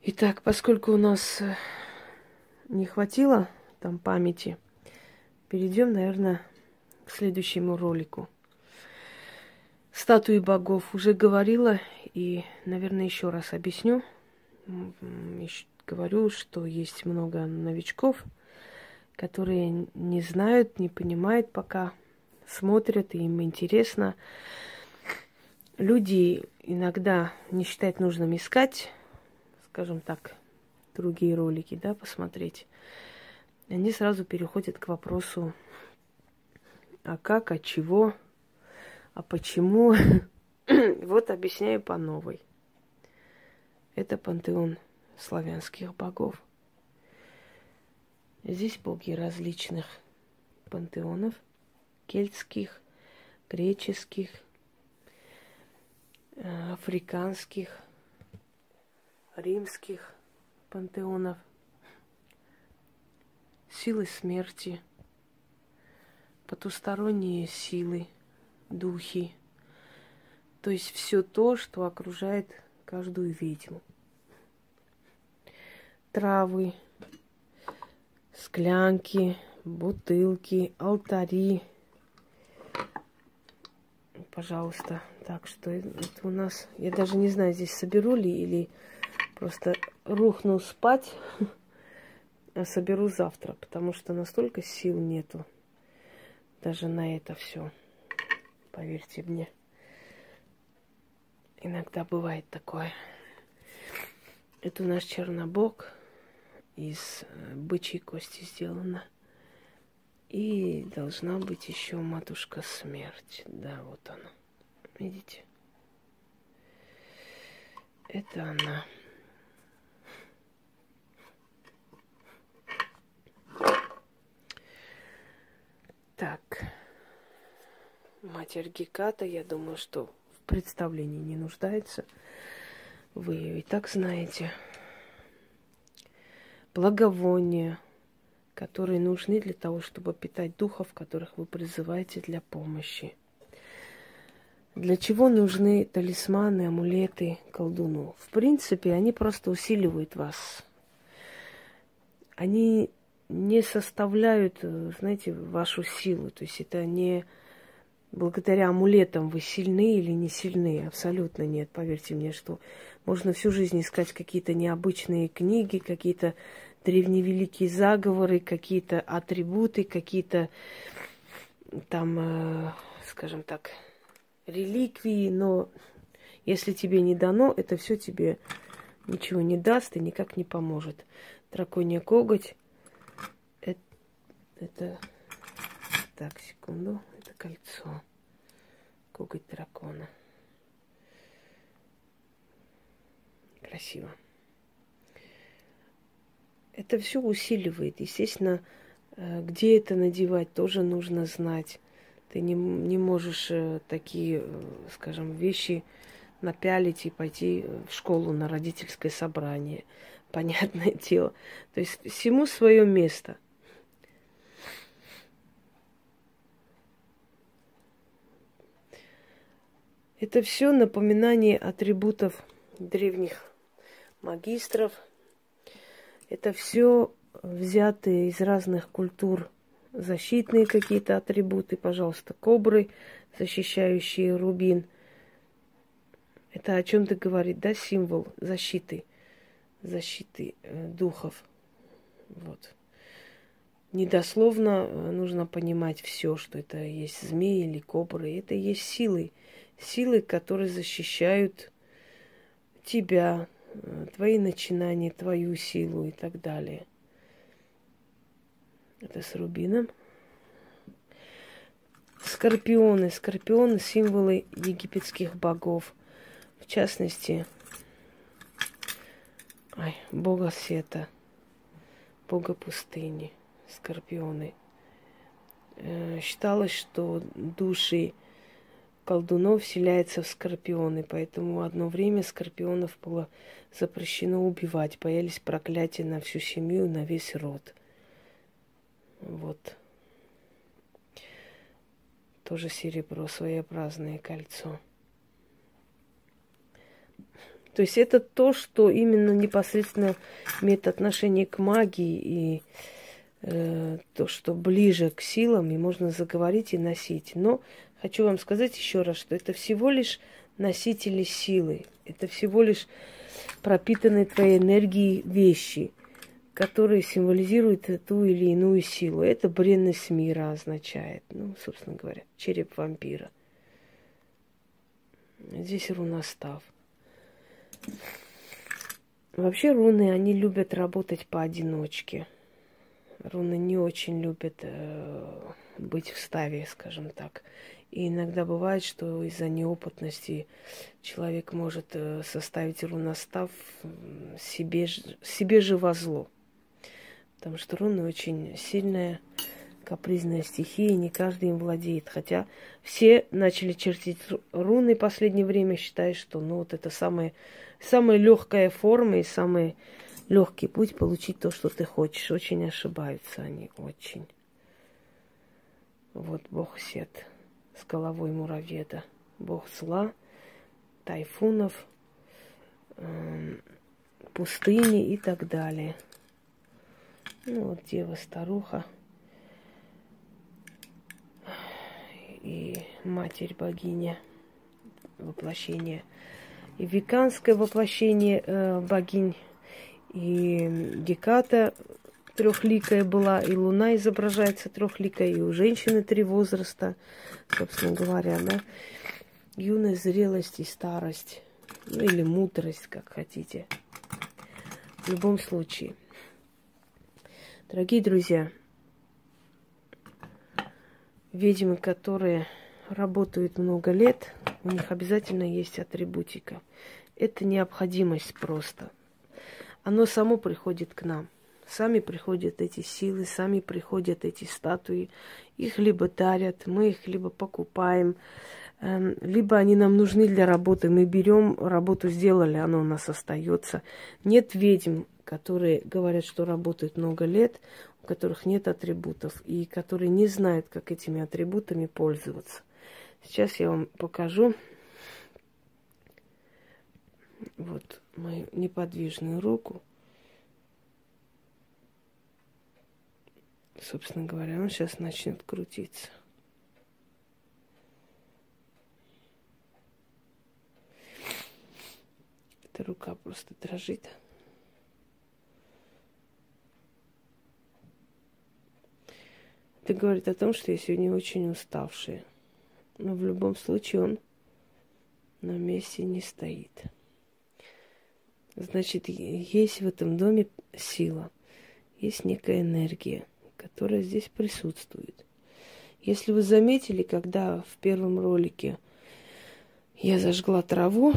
Итак, поскольку у нас не хватило там памяти, перейдем, наверное, к следующему ролику. Статуи богов уже говорила и, наверное, еще раз объясню. Говорю, что есть много новичков, которые не знают, не понимают пока, смотрят, и им интересно. Люди иногда не считают нужным искать, скажем так, другие ролики, да, посмотреть. Они сразу переходят к вопросу, а как, а чего, а почему. Вот объясняю по новой. Это пантеон славянских богов. Здесь боги различных пантеонов, кельтских, греческих, африканских, римских пантеонов, силы смерти, потусторонние силы, духи. То есть все то, что окружает каждую ведьму. Травы, склянки, бутылки, алтари. Пожалуйста. Так что это у нас... Я даже не знаю, здесь соберу ли или просто рухну спать, а соберу завтра, потому что настолько сил нету даже на это все. Поверьте мне. Иногда бывает такое. Это у нас чернобог из бычьей кости сделано. И должна быть еще матушка смерть. Да, вот она. Видите? Это она. Так. Матерь Геката, я думаю, что в представлении не нуждается. Вы ее и так знаете. Благовония, которые нужны для того, чтобы питать духов, которых вы призываете для помощи. Для чего нужны талисманы, амулеты колдуну? В принципе, они просто усиливают вас. Они не составляют, знаете, вашу силу. То есть это не благодаря амулетам вы сильны или не сильны. Абсолютно нет. Поверьте мне, что можно всю жизнь искать какие-то необычные книги, какие-то древневеликие заговоры, какие-то атрибуты, какие-то там, скажем так, реликвии, но если тебе не дано, это все тебе ничего не даст и никак не поможет. Драконий коготь это... Так, секунду. Это кольцо. Коготь дракона. Красиво. Это все усиливает. Естественно, где это надевать, тоже нужно знать. Ты не можешь такие, скажем, вещи напялить и пойти в школу на родительское собрание. Понятное дело. То есть всему свое место. Это все напоминание атрибутов древних магистров. Это все взятые из разных культур защитные какие-то атрибуты. Пожалуйста, кобры, защищающие рубин. Это о чем-то говорит, да, символ защиты духов. Вот. Недословно нужно понимать все, что это есть змеи или кобры. Это есть силы. Силы, которые защищают тебя, твои начинания, твою силу и так далее. Это с рубином. Скорпионы. Скорпионы – символы египетских богов. В частности, бога Сета, бога пустыни. Скорпионы. Считалось, что души колдунов вселяются в скорпионы, поэтому одно время скорпионов было запрещено убивать, боялись проклятия на всю семью, на весь род. Вот. Тоже серебро, своеобразное кольцо. То есть это то, что именно непосредственно имеет отношение к магии и то, что ближе к силам, и можно заговорить и носить. Но хочу вам сказать еще раз, что это всего лишь носители силы. Это всего лишь пропитанные твоей энергией вещи, которые символизируют ту или иную силу. Это бренность мира означает. Ну, собственно говоря, череп вампира. Здесь руностав. Вообще руны, они любят работать поодиночке. Руны не очень любят быть в ставе, скажем так. И иногда бывает, что из-за неопытности человек может составить руностав себе же во зло. Потому что руны очень сильная, капризная стихия, и не каждый им владеет. Хотя все начали чертить руны в последнее время, считая, что ну, вот это самая легкая форма и самый легкий путь получить то, что ты хочешь. Очень ошибаются они, очень. Вот бог Сет с головой муравьеда. Бог зла, тайфунов, пустыни и так далее. Ну вот дева-старуха и матерь-богиня, воплощение. И веканское воплощение богинь, и Геката трехликая была, и Луна изображается трехликая, и у женщины 3 возраста, собственно говоря, да. Юность, зрелость и старость, ну или мудрость, как хотите. В любом случае. Дорогие друзья, ведьмы, которые работают много лет, у них обязательно есть атрибутика. Это необходимость просто. Оно само приходит к нам. Сами приходят эти силы, сами приходят эти статуи. Их либо дарят, мы их либо покупаем, либо они нам нужны для работы. Мы берем, работу сделали, она у нас остается. Нет ведьм, которые говорят, что работают много лет, у которых нет атрибутов, и которые не знают, как этими атрибутами пользоваться. Сейчас я вам покажу вот мою неподвижную руку. Собственно говоря, он сейчас начнет крутиться. Эта рука просто дрожит. Это говорит о том, что я сегодня очень уставшая. Но в любом случае он на месте не стоит. Значит, есть в этом доме сила, есть некая энергия, которая здесь присутствует. Если вы заметили, когда в первом ролике я зажгла траву,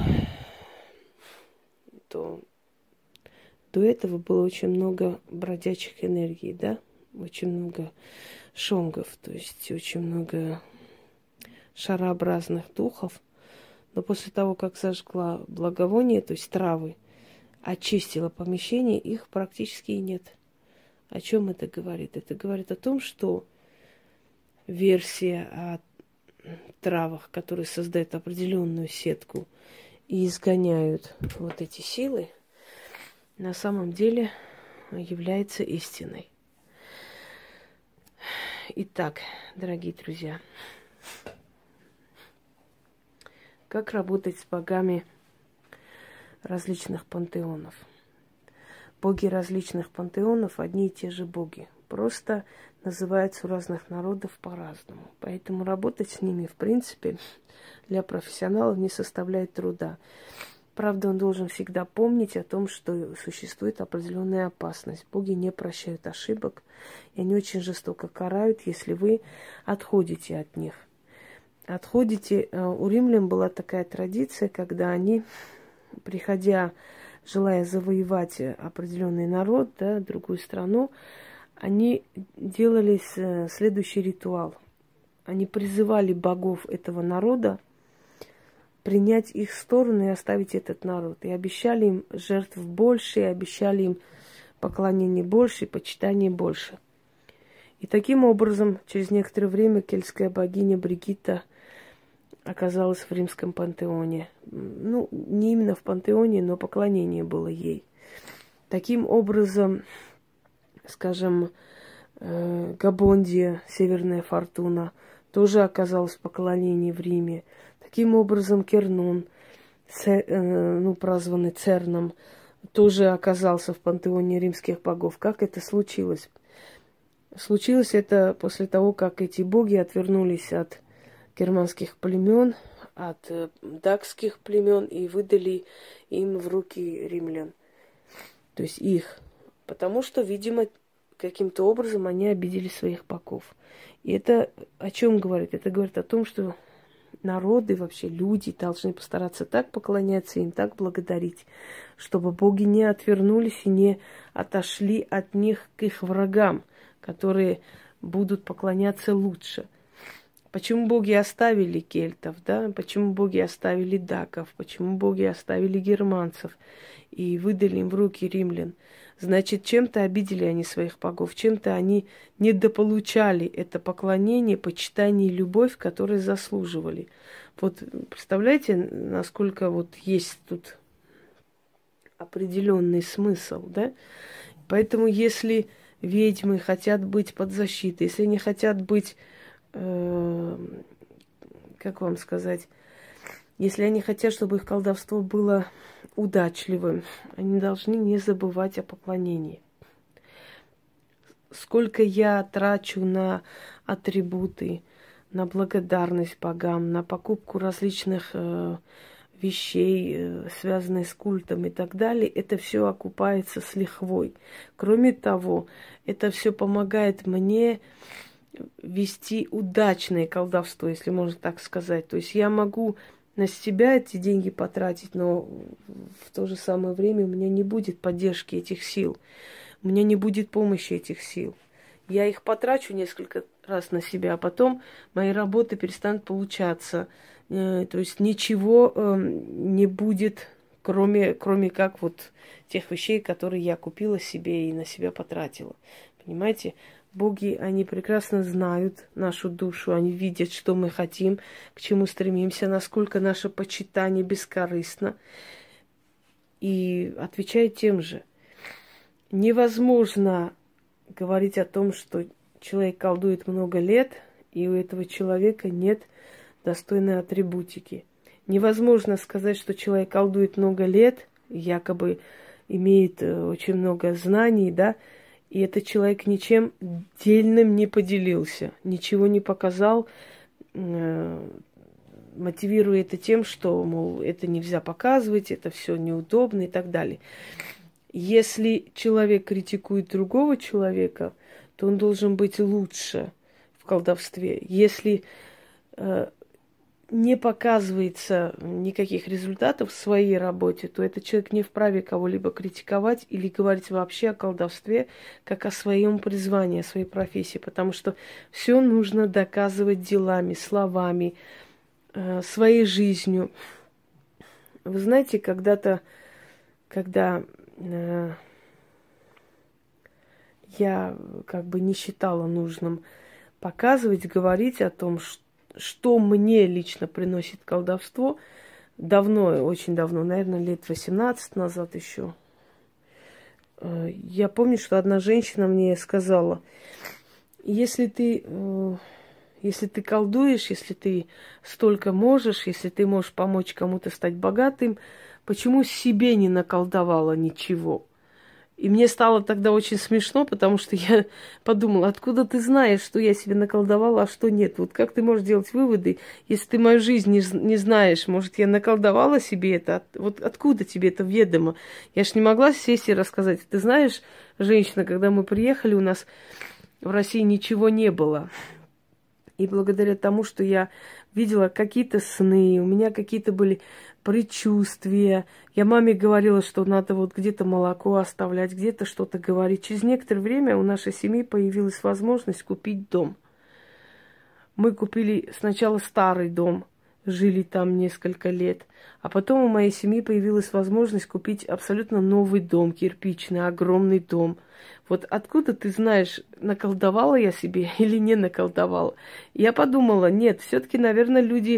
то до этого было очень много бродячих энергий, да? Очень много шонгов, то есть очень много шарообразных духов. Но после того, как зажгла благовоние, то есть травы, очистила помещение, их практически и нет. О чем это говорит? Это говорит о том, что версия о травах, которые создают определенную сетку и изгоняют вот эти силы, на самом деле является истиной. Итак, дорогие друзья, как работать с богами различных пантеонов? Боги различных пантеонов одни и те же боги, просто называются у разных народов по-разному. Поэтому работать с ними, в принципе, для профессионалов не составляет труда. Правда, он должен всегда помнить о том, что существует определенная опасность. Боги не прощают ошибок, и они очень жестоко карают, если вы отходите от них. Отходите. У римлян была такая традиция, когда они, приходя, желая завоевать определенный народ, да, другую страну, они делали следующий ритуал. Они призывали богов этого народа принять их сторону и оставить этот народ. И обещали им жертв больше, и обещали им поклонение больше, и почитание больше. И таким образом, через некоторое время кельтская богиня Бригитта оказалась в римском пантеоне. Ну, не именно в пантеоне, но поклонение было ей. Таким образом, скажем, Габондия, Северная Фортуна, тоже оказалась в поклонении в Риме. Таким образом, Кернун, прозванный Церном, тоже оказался в пантеоне римских богов. Как это случилось? Случилось это после того, как эти боги отвернулись от германских племен, от дакских племен и выдали им в руки римлян. То есть их. Потому что, видимо, каким-то образом они обидели своих богов. И это о чем говорит? Это говорит о том, что народы, вообще люди должны постараться так поклоняться им, так благодарить, чтобы боги не отвернулись и не отошли от них к их врагам, которые будут поклоняться лучше. Почему боги оставили кельтов, да? Почему боги оставили даков? Почему боги оставили германцев и выдали им в руки римлян? Значит, чем-то обидели они своих богов, чем-то они недополучали это поклонение, почитание и любовь, которые заслуживали. Вот представляете, насколько вот есть тут определенный смысл, да? Поэтому если ведьмы хотят быть под защитой, если они хотят быть, как вам сказать, если они хотят, чтобы их колдовство было удачливым, они должны не забывать о поклонении. Сколько я трачу на атрибуты, на благодарность богам, на покупку различных вещей, связанных с культом и так далее, это все окупается с лихвой. Кроме того, это все помогает мне вести удачное колдовство, если можно так сказать. То есть я могу на себя эти деньги потратить, но в то же самое время у меня не будет поддержки этих сил, у меня не будет помощи этих сил. Я их потрачу несколько раз на себя, а потом мои работы перестанут получаться. То есть ничего не будет, кроме как вот тех вещей, которые я купила себе и на себя потратила. Понимаете? Боги, они прекрасно знают нашу душу, они видят, что мы хотим, к чему стремимся, насколько наше почитание бескорыстно. И отвечают тем же. Невозможно говорить о том, что человек колдует много лет, и у этого человека нет достойной атрибутики. Невозможно сказать, что человек колдует много лет, якобы имеет очень много знаний, да, и этот человек ничем дельным не поделился, ничего не показал, мотивируя это тем, что, мол, это нельзя показывать, это все неудобно и так далее. Если человек критикует другого человека, то он должен быть лучше в колдовстве. Если не показывается никаких результатов в своей работе, то этот человек не вправе кого-либо критиковать или говорить вообще о колдовстве как о своем призвании, о своей профессии, потому что все нужно доказывать делами, словами, своей жизнью. Вы знаете, когда я как бы не считала нужным показывать, говорить о том, что мне лично приносит колдовство, давно, очень давно, наверное, лет 18 назад еще. Я помню, что одна женщина мне сказала: если ты колдуешь, если ты столько можешь, если ты можешь помочь кому-то стать богатым, почему себе не наколдовала ничего? И мне стало тогда очень смешно, потому что я подумала, откуда ты знаешь, что я себе наколдовала, а что нет? Вот как ты можешь делать выводы, если ты мою жизнь не знаешь? Может, я наколдовала себе это? Вот откуда тебе это ведомо? Я ж не могла сесть и рассказать. Ты знаешь, женщина, когда мы приехали, у нас в России ничего не было. И благодаря тому, что я видела какие-то сны, у меня какие-то были предчувствия. Я маме говорила, что надо вот где-то молоко оставлять, где-то что-то говорить. Через некоторое время у нашей семьи появилась возможность купить дом. Мы купили сначала старый дом, жили там несколько лет. А потом у моей семьи появилась возможность купить абсолютно новый дом, кирпичный, огромный дом. Вот откуда ты знаешь, наколдовала я себе или не наколдовала? Я подумала, нет, все-таки, наверное, люди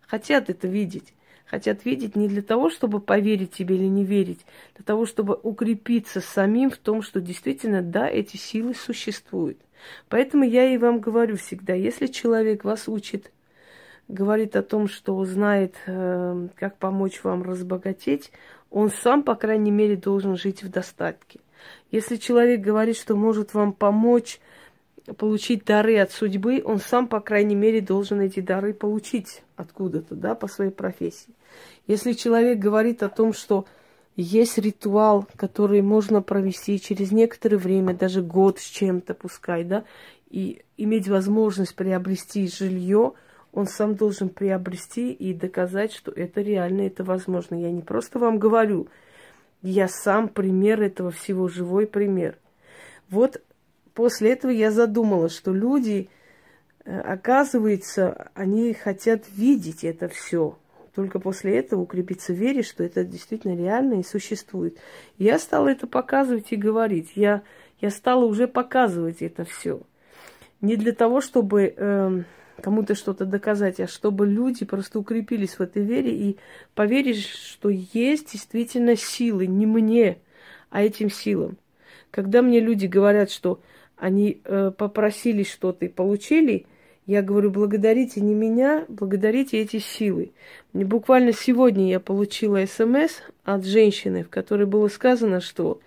хотят это видеть. Хотят видеть не для того, чтобы поверить тебе или не верить, для того, чтобы укрепиться самим в том, что действительно, да, эти силы существуют. Поэтому я и вам говорю всегда, если человек вас учит, говорит о том, что знает, как помочь вам разбогатеть, он сам, по крайней мере, должен жить в достатке. Если человек говорит, что может вам помочь получить дары от судьбы, он сам, по крайней мере, должен эти дары получить откуда-то, да, по своей профессии. Если человек говорит о том, что есть ритуал, который можно провести через некоторое время, даже год с чем-то, пускай, да, и иметь возможность приобрести жилье, он сам должен приобрести и доказать, что это реально, это возможно. Я не просто вам говорю, я сам пример этого всего, живой пример. Вот после этого я задумалась, что люди, оказывается, они хотят видеть это все. Только после этого укрепиться в вере, что это действительно реально и существует. Я стала это показывать и говорить. Я стала уже показывать это все. Не для того, чтобы кому-то что-то доказать, а чтобы люди просто укрепились в этой вере и поверили, что есть действительно силы, не мне, а этим силам. Когда мне люди говорят, что они попросили что-то и получили, я говорю, благодарите не меня, благодарите эти силы. Мне буквально сегодня я получила СМС от женщины, в которой было сказано, что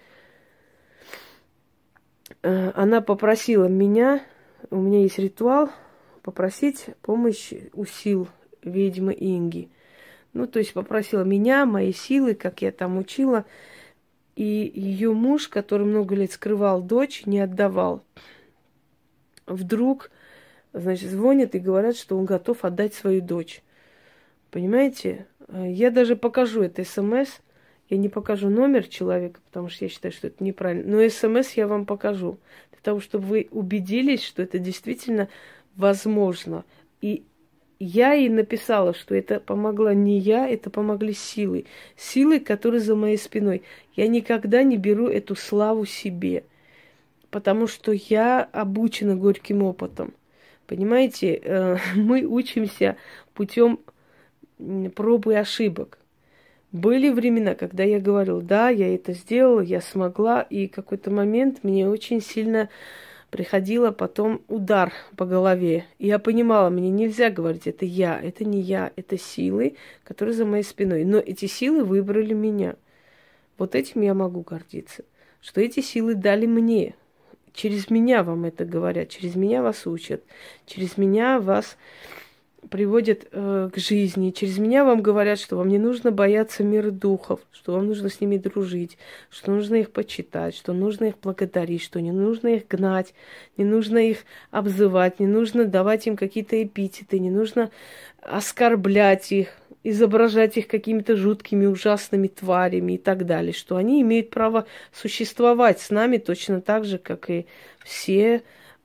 она попросила меня, у меня есть ритуал, попросить помощь у сил ведьмы Инги. Ну, то есть попросила меня, мои силы, как я там учила. И ее муж, который много лет скрывал дочь, не отдавал. Вдруг, значит, звонят и говорят, что он готов отдать свою дочь. Понимаете? Я даже покажу это СМС. Я не покажу номер человека, потому что я считаю, что это неправильно. Но СМС я вам покажу. Для того, чтобы вы убедились, что это действительно возможно. И я ей написала, что это помогла не я, это помогли силы. Силы, которые за моей спиной. Я никогда не беру эту славу себе, потому что я обучена горьким опытом. Понимаете, мы учимся путем проб и ошибок. Были времена, когда я говорила, да, я это сделала, я смогла, и в какой-то момент мне очень сильно приходило потом удар по голове. И я понимала, мне нельзя говорить, это я, это не я, это силы, которые за моей спиной. Но эти силы выбрали меня. Вот этим я могу гордиться, что эти силы дали мне. Через меня вам это говорят, через меня вас учат, через меня вас приводят к жизни. Через меня вам говорят, что вам не нужно бояться мира духов, что вам нужно с ними дружить, что нужно их почитать, что нужно их благодарить, что не нужно их гнать, не нужно их обзывать, не нужно давать им какие-то эпитеты, не нужно оскорблять их, изображать их какими-то жуткими, ужасными тварями и так далее, что они имеют право существовать с нами точно так же, как и все,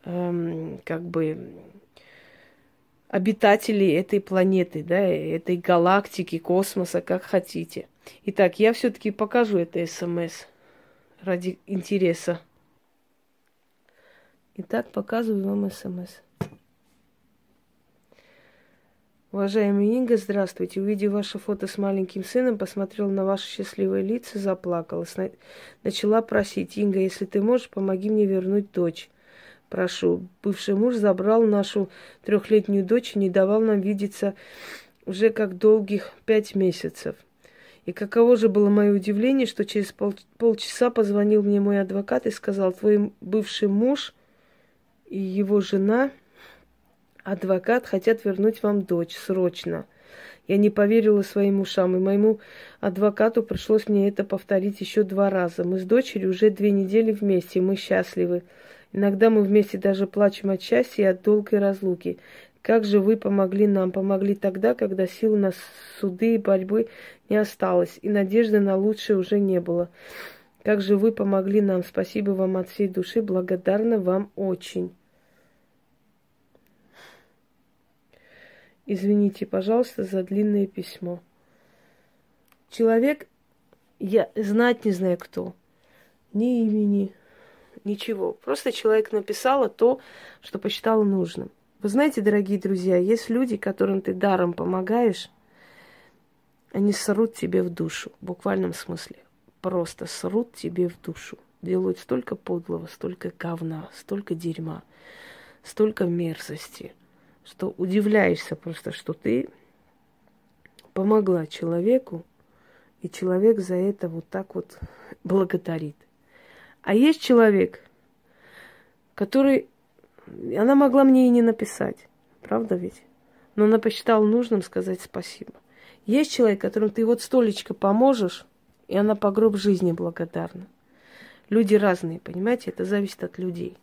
обитатели этой планеты, да, этой галактики, космоса, как хотите. Итак, я все-таки покажу это СМС ради интереса. Итак, показываю вам СМС. Уважаемая Инга, здравствуйте. Увидев ваше фото с маленьким сыном, посмотрела на ваши счастливые лица, заплакала. Начала просить: Инга, если ты можешь, помоги мне вернуть дочь. Прошу. Бывший муж забрал нашу 3-летнюю дочь и не давал нам видеться уже как долгих 5 месяцев. И каково же было мое удивление, что через полчаса позвонил мне мой адвокат и сказал: твой бывший муж и его жена, адвокат, хотят вернуть вам дочь срочно. Я не поверила своим ушам, и моему адвокату пришлось мне это повторить еще 2 раза. Мы с дочерью уже 2 недели вместе, мы счастливы. Иногда мы вместе даже плачем от счастья и от долгой разлуки. Как же вы помогли нам? Помогли тогда, когда сил на суды и борьбы не осталось, и надежды на лучшее уже не было. Как же вы помогли нам? Спасибо вам от всей души, благодарна вам очень. Извините, пожалуйста, за длинное письмо. Человек, я знать не знаю кто, ни имени, ничего. Просто человек написала то, что посчитала нужным. Вы знаете, дорогие друзья, есть люди, которым ты даром помогаешь, они срут тебе в душу, в буквальном смысле. Просто срут тебе в душу. Делают столько подлого, столько говна, столько дерьма, столько мерзости, что удивляешься просто, что ты помогла человеку, и человек за это вот так вот благодарит. А есть человек, который... Она могла мне и не написать, правда ведь? Но она посчитала нужным сказать спасибо. Есть человек, которому ты вот столечко поможешь, и она по гроб жизни благодарна. Люди разные, понимаете? Это зависит от людей.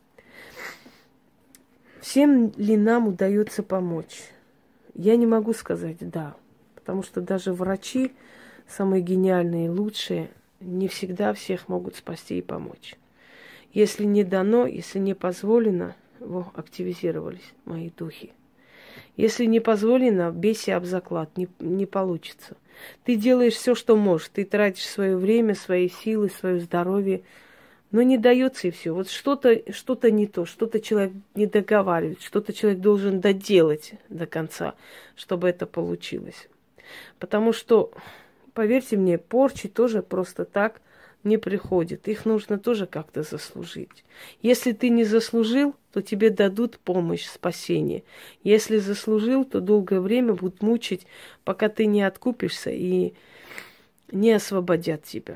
Всем ли нам удается помочь? Я не могу сказать «да». Потому что даже врачи, самые гениальные, лучшие, не всегда всех могут спасти и помочь. Если не дано, если не позволено, активизировались мои духи. Если не позволено, бейся об заклад, не получится. Ты делаешь все, что можешь. Ты тратишь свое время, свои силы, свое здоровье, но не дается и все. Вот что-то не то, что-то человек не договаривает, что-то человек должен доделать до конца, чтобы это получилось. Потому что, поверьте мне, порчи тоже просто так не приходят. Их нужно тоже как-то заслужить. Если ты не заслужил, то тебе дадут помощь, спасение. Если заслужил, то долгое время будут мучить, пока ты не откупишься и не освободят тебя.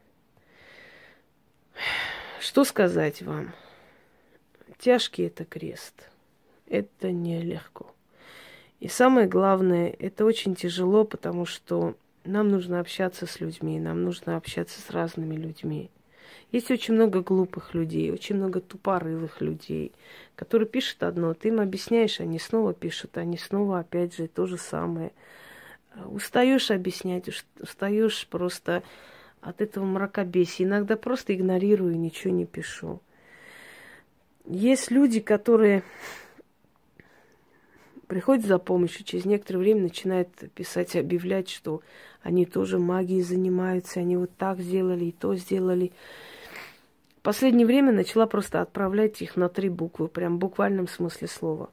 Что сказать вам? Тяжкий это крест. Это нелегко. И самое главное, это очень тяжело, потому что нам нужно общаться с людьми, нам нужно общаться с разными людьми. Есть очень много глупых людей, очень много тупорылых людей, которые пишут одно, ты им объясняешь, они снова пишут, они снова опять же то же самое. Устаешь объяснять, устаешь просто от этого мракобесия. Иногда просто игнорирую, ничего не пишу. Есть люди, которые приходят за помощью, через некоторое время начинают писать, объявлять, что они тоже магией занимаются, они вот так сделали и то сделали. В последнее время начала просто отправлять их на 3 буквы, прям в буквальном смысле слова.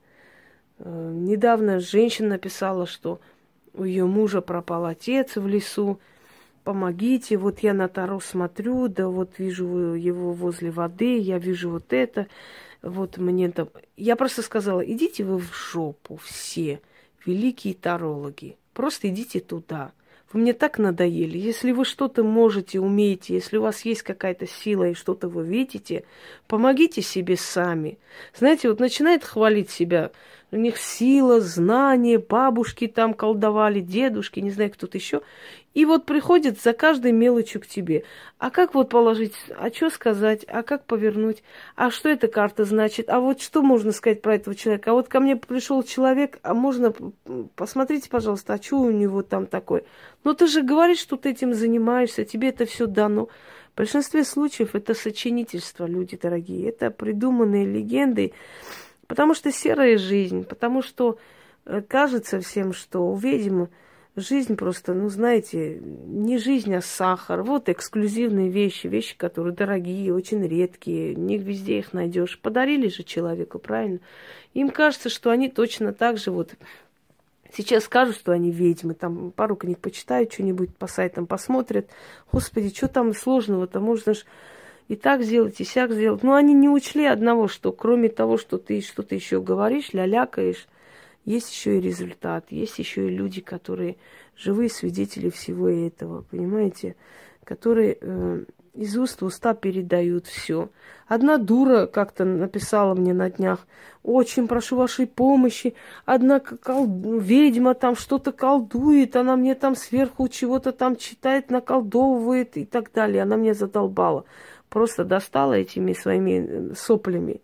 Недавно женщина написала, что у ее мужа пропал отец в лесу, помогите, вот я на Таро смотрю, да вот вижу его возле воды, я вижу вот это, вот мне там... Я просто сказала, идите вы в жопу все, великие тарологи, просто идите туда. Вы мне так надоели. Если вы что-то можете, умеете, если у вас есть какая-то сила и что-то вы видите, помогите себе сами. Знаете, вот начинает хвалить себя. У них сила, знания, бабушки там колдовали, дедушки, не знаю, кто-то еще. И вот приходит за каждой мелочью к тебе. А как вот положить, а что сказать, а как повернуть, а что эта карта значит, а вот что можно сказать про этого человека. А вот ко мне пришел человек, а можно, посмотрите, пожалуйста, а что у него там такое. Ну ты же говоришь, что ты этим занимаешься, тебе это все дано. В большинстве случаев это сочинительство, люди дорогие. Это придуманные легенды, потому что серая жизнь, потому что кажется всем, что у ведьм жизнь просто, ну, знаете, не жизнь, а сахар. Вот эксклюзивные вещи, вещи, которые дорогие, очень редкие, не везде их найдешь. Подарили же человеку, правильно? Им кажется, что они точно так же вот сейчас скажут, что они ведьмы, там пару книг почитают, что-нибудь по сайтам посмотрят. Господи, что там сложного-то, можно ж и так сделать, и сяк сделать. Но они не учли одного, что кроме того, что ты что-то еще говоришь, лялякаешь, есть еще и результат, есть еще и люди, которые живые свидетели всего этого, понимаете, которые из уст в уста передают все. Одна дура как-то написала мне на днях: очень прошу вашей помощи, одна ведьма там что-то колдует, она мне там сверху чего-то там читает, наколдовывает и так далее. Она меня задолбала, просто достала этими своими соплями.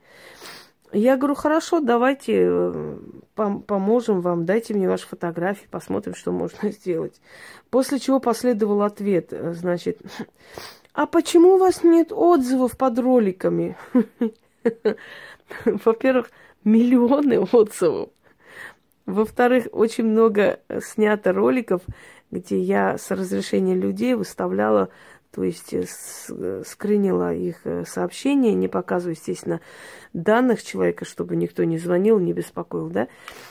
Я говорю, хорошо, давайте поможем вам, дайте мне ваши фотографии, посмотрим, что можно сделать. После чего последовал ответ, значит, а почему у вас нет отзывов под роликами? Во-первых, миллионы отзывов. Во-вторых, очень много снято роликов, где я с разрешения людей выставляла то есть скринила их сообщения, не показываю, естественно, данных человека, чтобы никто не звонил, не беспокоил, да.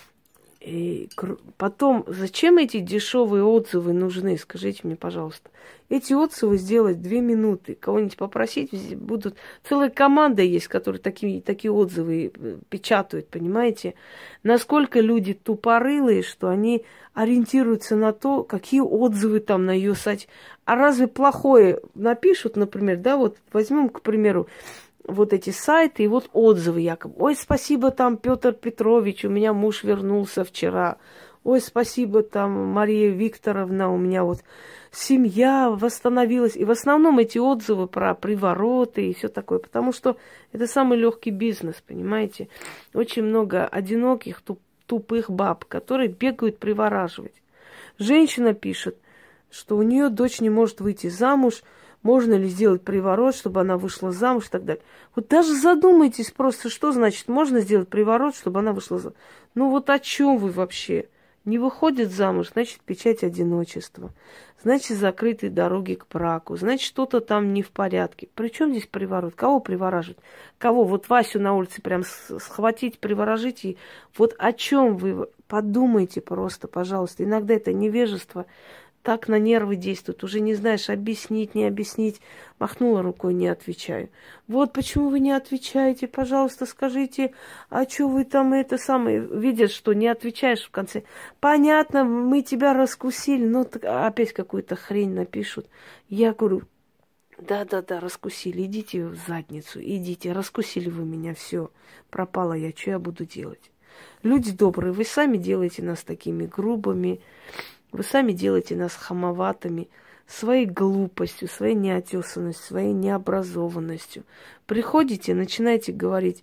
И потом, зачем эти дешевые отзывы нужны, скажите мне, пожалуйста. Эти отзывы сделать 2 минуты, кого-нибудь попросить, будут... Целая команда есть, которые такие отзывы печатают, понимаете? Насколько люди тупорылые, что они ориентируются на то, какие отзывы там на ее сайте. А разве плохое напишут, например, да, вот возьмем, к примеру, вот эти сайты и вот отзывы якобы. Ой, спасибо там, Петр Петрович, у меня муж вернулся вчера. Ой, спасибо там, Мария Викторовна, у меня вот семья восстановилась. И в основном эти отзывы про привороты и все такое, потому что это самый легкий бизнес, понимаете. Очень много одиноких, тупых баб, которые бегают привораживать. Женщина пишет, что у нее дочь не может выйти замуж, можно ли сделать приворот, чтобы она вышла замуж и так далее. Вот даже задумайтесь просто, что значит, можно сделать приворот, чтобы она вышла замуж. Ну вот о чем вы вообще? Не выходит замуж, значит, печать одиночества. Значит, закрытые дороги к браку. Значит, что-то там не в порядке. Причем здесь приворот? Кого привораживать? Кого? Вот Васю на улице прям схватить, приворожить. И вот о чем вы? Подумайте просто, пожалуйста. Иногда это невежество так на нервы действует. Уже не знаешь, объяснить, не объяснить. Махнула рукой, не отвечаю. Вот почему вы не отвечаете? Пожалуйста, скажите, а что вы там это самое... Видят, что не отвечаешь в конце. Понятно, мы тебя раскусили. Ну, опять какую-то хрень напишут. Я говорю, да-да-да, раскусили. Идите в задницу, идите. Раскусили вы меня, все. Пропала я, что я буду делать? Люди добрые, вы сами делаете нас такими грубыми. Вы сами делаете нас хамоватыми своей глупостью, своей неотесанностью, своей необразованностью. Приходите, начинаете говорить,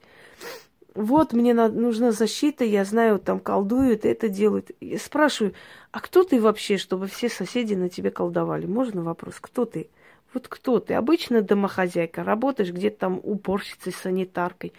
вот мне нужна защита, я знаю, там колдуют, это делают. И спрашиваю, а кто ты вообще, чтобы все соседи на тебе колдовали? Можно вопрос, кто ты? Вот кто ты? Обычно домохозяйка, работаешь где-то там уборщицей, санитаркой.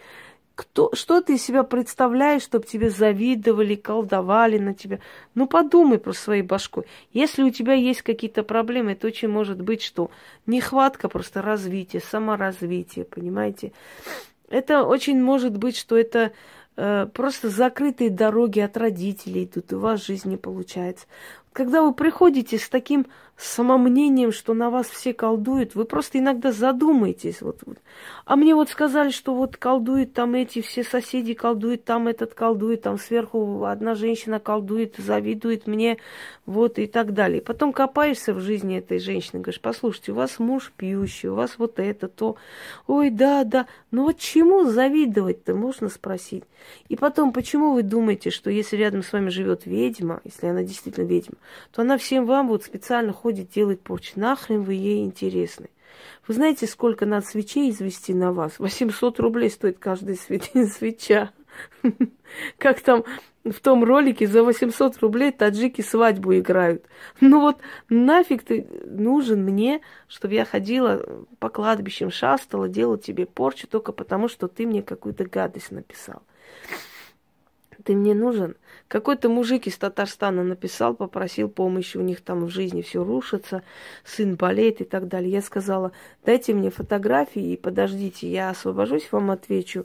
Что ты из себя представляешь, чтобы тебе завидовали, колдовали на тебя? Ну, подумай про своей башкой. Если у тебя есть какие-то проблемы, это очень может быть, что нехватка просто развития, саморазвития, понимаете? Это очень может быть, что это просто закрытые дороги от родителей идут, и у вас жизнь не получается. Когда вы приходите с таким самомнением, что на вас все колдуют, вы просто иногда задумаетесь. Вот. А мне вот сказали, что вот колдуют там эти, все соседи колдуют, там этот колдует, там сверху одна женщина колдует, завидует мне, вот и так далее. Потом копаешься в жизни этой женщины, говоришь, послушайте, у вас муж пьющий, у вас вот это, то. Ой, да, да. Ну вот чему завидовать-то, можно спросить. И потом, почему вы думаете, что если рядом с вами живет ведьма, если она действительно ведьма, то она всем вам вот специально ходит, делает порчи. Нахрен вы ей интересны? Вы знаете, сколько надо свечей извести на вас? 800 рублей стоит каждая свеча. Как там в том ролике за 800 рублей таджики свадьбу играют. Ну вот нафиг ты нужен мне, чтобы я ходила по кладбищам, шастала, делала тебе порчу только потому, что ты мне какую-то гадость написал. Ты мне нужен? Какой-то мужик из Татарстана написал, попросил помощи, у них там в жизни все рушится, сын болеет и так далее. Я сказала, дайте мне фотографии и подождите, я освобожусь, вам отвечу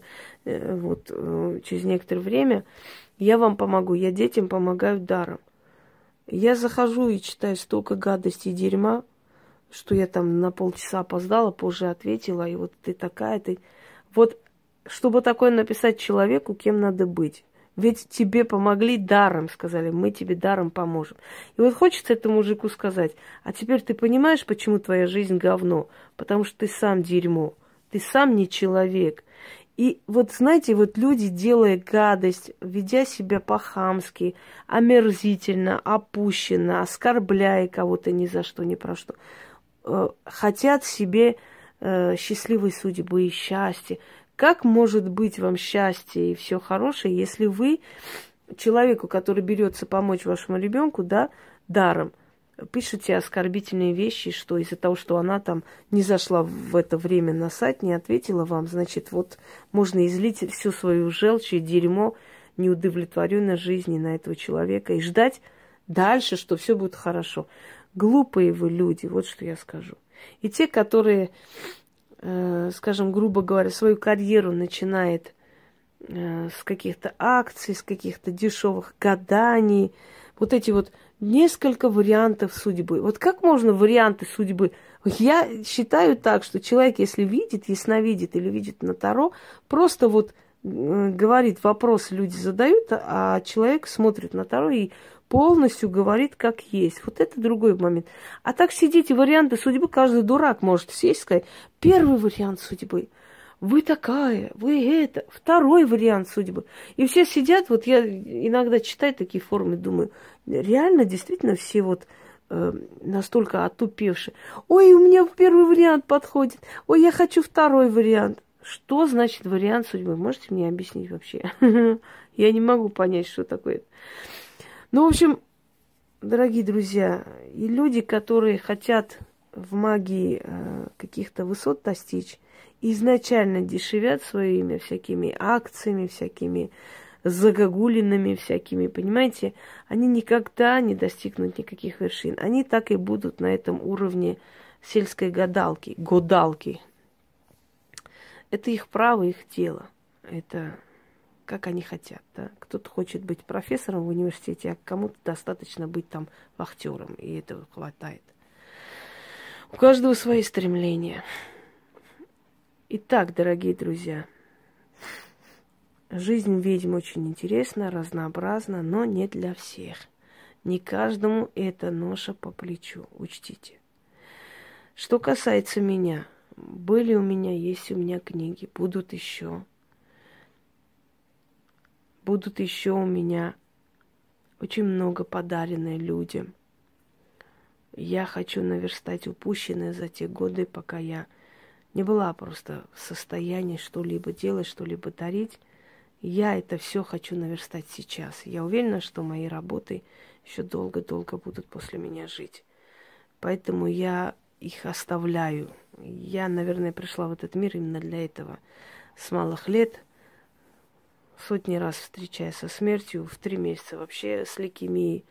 через некоторое время, я вам помогу, я детям помогаю даром. Я захожу и читаю столько гадостей и дерьма, что я там на полчаса опоздала, позже ответила, и вот ты такая, ты... Вот, чтобы такое написать человеку, кем надо быть? Ведь тебе помогли даром, сказали, мы тебе даром поможем. И вот хочется этому мужику сказать, а теперь ты понимаешь, почему твоя жизнь говно? Потому что ты сам дерьмо, ты сам не человек. И вот, знаете, вот люди, делая гадость, ведя себя по-хамски, омерзительно, опущенно, оскорбляя кого-то ни за что, ни про что, хотят себе счастливой судьбы и счастья. Как может быть вам счастье и все хорошее, если вы человеку, который берется помочь вашему ребенку, да, даром, пишете оскорбительные вещи, что из-за того, что она там не зашла в это время на сайт, не ответила вам, значит, вот можно излить всю свою желчь и дерьмо неудовлетворенной жизни на этого человека и ждать дальше, что все будет хорошо. Глупые вы люди, вот что я скажу. И те, которые, скажем, грубо говоря, свою карьеру начинают с каких-то акций, с каких-то дешевых гаданий, вот эти вот несколько вариантов судьбы. Вот как можно варианты судьбы? Я считаю так, что человек, если видит, ясновидит или видит на Таро, просто вот говорит, вопросы люди задают, а человек смотрит на Таро и полностью говорит, как есть. Вот это другой момент. А так сидите, варианты судьбы, каждый дурак может сесть и сказать, первый вариант судьбы – вы такая, вы это, второй вариант судьбы. И все сидят, вот я иногда читаю такие форумы, думаю, реально, действительно, все вот настолько отупевшие. Ой, у меня первый вариант подходит, ой, я хочу второй вариант. Что значит вариант судьбы? Можете мне объяснить вообще? Я не могу понять, что такое. Ну, в общем, дорогие друзья, и люди, которые хотят в магии каких-то высот достичь, изначально дешевят свое имя всякими акциями, всякими загогулинами всякими, понимаете? Они никогда не достигнут никаких вершин. Они так и будут на этом уровне сельской гадалки. Это их право, их дело. Это как они хотят, да? Кто-то хочет быть профессором в университете, а кому-то достаточно быть там вахтером, и этого хватает. У каждого свои стремления. Итак, дорогие друзья, жизнь ведьм очень интересна, разнообразна, но не для всех. Не каждому эта ноша по плечу, учтите. Что касается меня, были у меня, есть у меня книги, будут еще. Будут еще у меня очень много подаренное людям. Я хочу наверстать упущенное за те годы, пока я не была просто в состоянии что-либо делать, что-либо дарить. Я это все хочу наверстать сейчас. Я уверена, что мои работы еще долго-долго будут после меня жить. Поэтому я их оставляю. Я, наверное, пришла в этот мир именно для этого. С малых лет, сотни раз встречаясь со смертью, в 3 месяца вообще с лейкемией.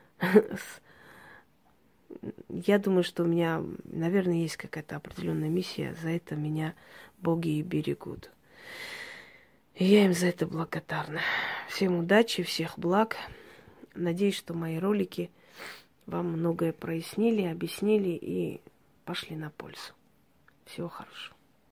Я думаю, что у меня, наверное, есть какая-то определенная миссия. За это меня боги и берегут. И я им за это благодарна. Всем удачи, всех благ. Надеюсь, что мои ролики вам многое прояснили, объяснили и пошли на пользу. Всего хорошего.